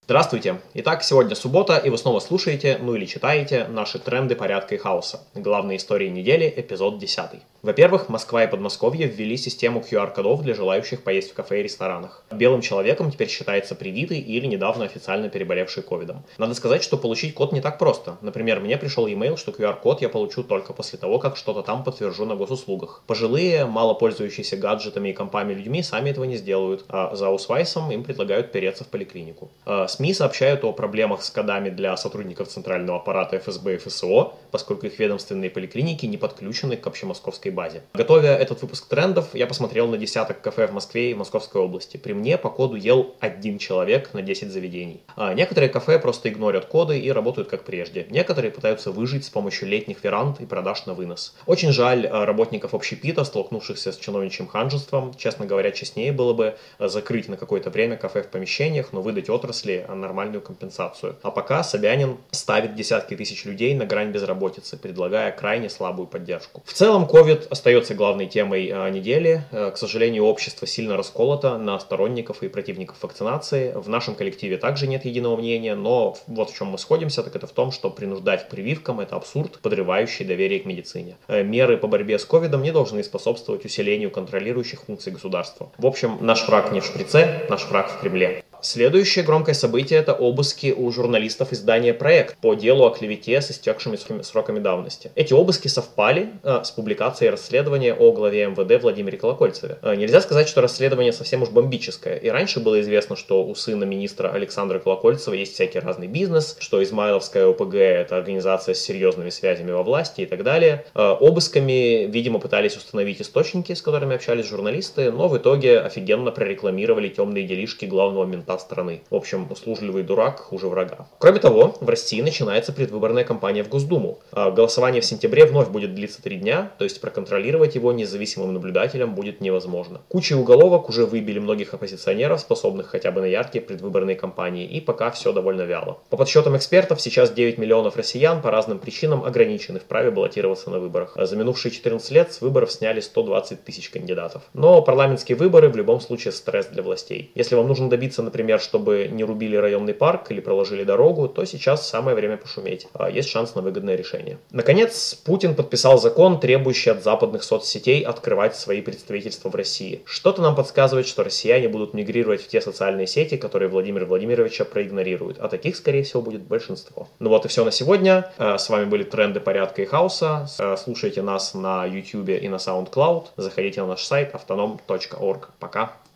Здравствуйте! Итак, сегодня суббота, и вы снова слушаете, ну или читаете, наши тренды порядка и хаоса. Главные истории недели, эпизод 10. Во-первых, Москва и Подмосковье ввели систему QR-кодов для желающих поесть в кафе и ресторанах. Белым человеком теперь считается привитый или недавно официально переболевший ковидом. Надо сказать, что получить код не так просто. Например, мне пришел e-mail, что QR-код я получу только после того, как что-то там подтвержу на госуслугах. Пожилые, мало пользующиеся гаджетами и компами людьми сами этого не сделают, а за аусвайсом им предлагают переться в поликлинику. СМИ сообщают о проблемах с кодами для сотрудников центрального аппарата ФСБ и ФСО, поскольку их ведомственные поликлиники не подключены к общемосковской базе. Готовя этот выпуск трендов, я посмотрел на десяток кафе в Москве и Московской области. При мне по коду ел 1 человек на 10 заведений. Некоторые кафе просто игнорят коды и работают как прежде. Некоторые пытаются выжить с помощью летних веранд и продаж на вынос. Очень жаль работников общепита, столкнувшихся с чиновничьим ханжеством. Честно говоря, честнее было бы закрыть на какое-то время кафе в помещениях, но выдать отрасли нормальную компенсацию. А пока Собянин ставит десятки тысяч людей на грань безработицы, предлагая крайне слабую поддержку. В целом, COVID остается главной темой недели. К сожалению, общество сильно расколото на сторонников и противников вакцинации. В нашем коллективе также нет единого мнения, но вот в чем мы сходимся, так это в том, что принуждать к прививкам – это абсурд, подрывающий доверие к медицине. Меры по борьбе с ковидом не должны способствовать усилению контролирующих функций государства. В общем, наш враг не в шприце, наш враг в Кремле. Следующее громкое событие – это обыски у журналистов издания «Проект» по делу о клевете с истекшими сроками давности. Эти обыски совпали с публикацией расследования о главе МВД Владимире Колокольцеве. Нельзя сказать, что расследование совсем уж бомбическое. И раньше было известно, что у сына министра Александра Колокольцева есть всякий разный бизнес, что Измайловская ОПГ – это организация с серьезными связями во власти и так далее. Обысками, видимо, пытались установить источники, с которыми общались журналисты, но в итоге офигенно прорекламировали темные делишки главного мента страны. В общем, услужливый дурак хуже врага. Кроме того, в России начинается предвыборная кампания в Госдуму. Голосование в сентябре вновь будет длиться 3 дня, то есть проконтролировать его независимым наблюдателям будет невозможно. Куча уголовок уже выбили многих оппозиционеров, способных хотя бы на яркие предвыборные кампании, и пока все довольно вяло. По подсчетам экспертов, сейчас 9 миллионов россиян по разным причинам ограничены в праве баллотироваться на выборах. За минувшие 14 лет с выборов сняли 120 тысяч кандидатов. Но парламентские выборы в любом случае стресс для властей. Если вам нужно добиться, например, чтобы не рубили районный парк или проложили дорогу, то сейчас самое время пошуметь. Есть шанс на выгодное решение. Наконец, Путин подписал закон, требующий от западных соцсетей открывать свои представительства в России. Что-то нам подсказывает, что россияне будут мигрировать в те социальные сети, которые Владимир Владимировича проигнорирует. А таких, скорее всего, будет большинство. Ну вот и все на сегодня. С вами были тренды порядка и хаоса. Слушайте нас на YouTube и на SoundCloud. Заходите на наш сайт autonom.org. Пока.